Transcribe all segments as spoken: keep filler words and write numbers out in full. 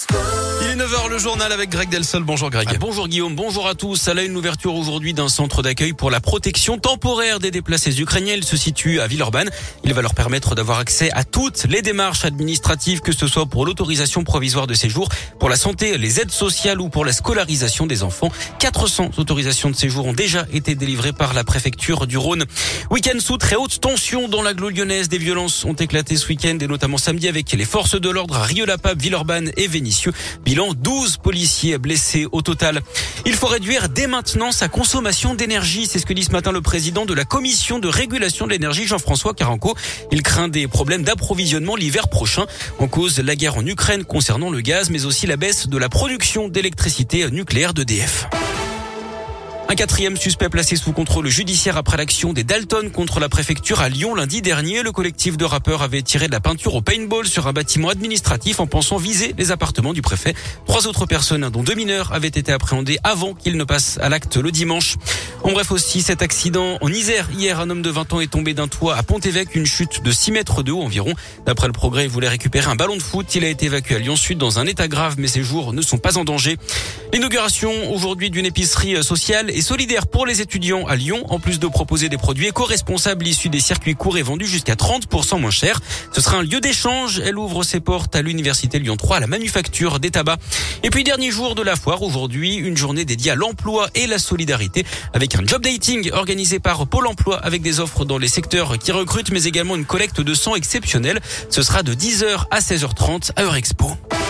Il est neuf heures, le journal avec Greg Delsol. Bonjour Greg. Ah, bonjour Guillaume, bonjour à tous. À la une, l'ouverture aujourd'hui d'un centre d'accueil pour la protection temporaire des déplacés ukrainiens. Il se situe à Villeurbanne. Il va leur permettre d'avoir accès à toutes les démarches administratives, que ce soit pour l'autorisation provisoire de séjour, pour la santé, les aides sociales ou pour la scolarisation des enfants. quatre cents autorisations de séjour ont déjà été délivrées par la préfecture du Rhône. Week-end sous très haute tension dans l'agglo lyonnaise. Des violences ont éclaté ce week-end et notamment samedi avec les forces de l'ordre à Rieux-la-Pape, Villeurbanne et Vénissieux. Bilan douze policiers blessés au total. Il faut réduire dès maintenant sa consommation d'énergie. C'est ce que dit ce matin le président de la commission de régulation de l'énergie, Jean-François Carenco. Il craint des problèmes d'approvisionnement l'hiver prochain. En cause, la guerre en Ukraine concernant le gaz, mais aussi la baisse de la production d'électricité nucléaire d'E D F. Un quatrième suspect placé sous contrôle judiciaire après l'action des Dalton contre la préfecture à Lyon lundi dernier. Le collectif de rappeurs avait tiré de la peinture au paintball sur un bâtiment administratif en pensant viser les appartements du préfet. Trois autres personnes, dont deux mineurs, avaient été appréhendées avant qu'ils ne passent à l'acte le dimanche. En bref aussi, cet accident en Isère. Hier, un homme de vingt ans est tombé d'un toit à Pont-Évêque, une chute de six mètres de haut environ. D'après le Progrès, il voulait récupérer un ballon de foot. Il a été évacué à Lyon-Sud dans un état grave, mais ses jours ne sont pas en danger. L'inauguration aujourd'hui d'une épicerie sociale et solidaire pour les étudiants à Lyon. En plus de proposer des produits éco-responsables issus des circuits courts et vendus jusqu'à trente pour cent moins cher. Ce sera un lieu d'échange. Elle ouvre ses portes à l'université Lyon trois, à la manufacture des tabacs. Et puis, dernier jour de la foire aujourd'hui, une journée dédiée à l'emploi et la solidarité avec un job dating organisé par Pôle emploi avec des offres dans les secteurs qui recrutent, mais également une collecte de sang exceptionnelle. Ce sera de dix heures à seize heures trente à Eurexpo.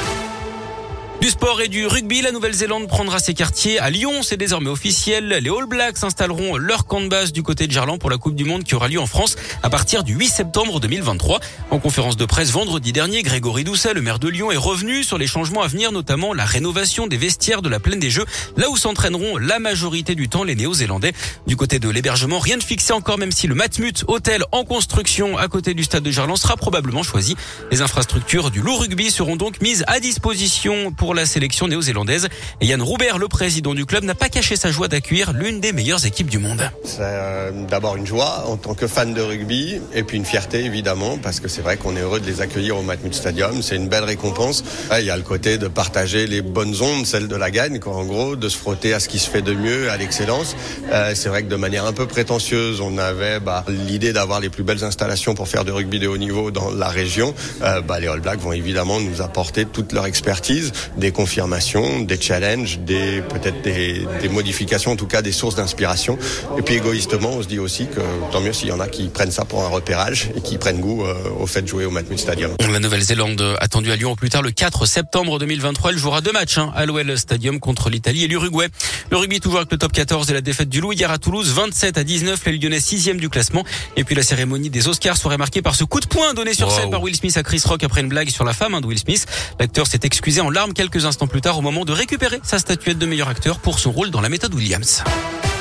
Du sport et du rugby, la Nouvelle-Zélande prendra ses quartiers à Lyon, c'est désormais officiel. Les All Blacks installeront leur camp de base du côté de Gerland pour la Coupe du Monde qui aura lieu en France à partir du huit septembre deux mille vingt-trois. En conférence de presse vendredi dernier, Grégory Doucet, le maire de Lyon, est revenu sur les changements à venir, notamment la rénovation des vestiaires de la Plaine des Jeux, là où s'entraîneront la majorité du temps les Néo-Zélandais. Du côté de l'hébergement, rien de fixé encore, même si le Matmut, hôtel en construction à côté du stade de Gerland, sera probablement choisi. Les infrastructures du Loup Rugby seront donc mises à disposition pour la sélection néo-zélandaise. Et Yann Roubert, le président du club, n'a pas caché sa joie d'accueillir l'une des meilleures équipes du monde. C'est euh, d'abord une joie en tant que fan de rugby et puis une fierté évidemment parce que c'est vrai qu'on est heureux de les accueillir au Matmut Stadium. C'est une belle récompense. Il y a le côté de partager les bonnes ondes, celles de la gagne, quoi, en gros, de se frotter à ce qui se fait de mieux, à l'excellence. Euh, c'est vrai que de manière un peu prétentieuse, on avait bah, l'idée d'avoir les plus belles installations pour faire de rugby de haut niveau dans la région. Euh, bah, les All Blacks vont évidemment nous apporter toute leur expertise, des confirmations, des challenges, des peut-être des, des modifications, en tout cas des sources d'inspiration. Et puis égoïstement, on se dit aussi que tant mieux s'il y en a qui prennent ça pour un repérage et qui prennent goût euh, au fait de jouer au Matmut Stadium. La Nouvelle-Zélande attendue à Lyon au plus tard le quatre septembre deux mille vingt-trois. Elle jouera deux matchs hein, à l'O L Stadium contre l'Italie et l'Uruguay. Le rugby toujours avec le top quatorze et la défaite du Loup hier à Toulouse, vingt-sept à dix-neuf. Les Lyonnais sixième du classement. Et puis la cérémonie des Oscars serait marquée par ce coup de poing donné sur wow. scène par Will Smith à Chris Rock après une blague sur la femme hein, de Will Smith. L'acteur s'est excusé en larmes quelques instants plus tard au moment de récupérer sa statuette de meilleur acteur pour son rôle dans La Méthode Williams.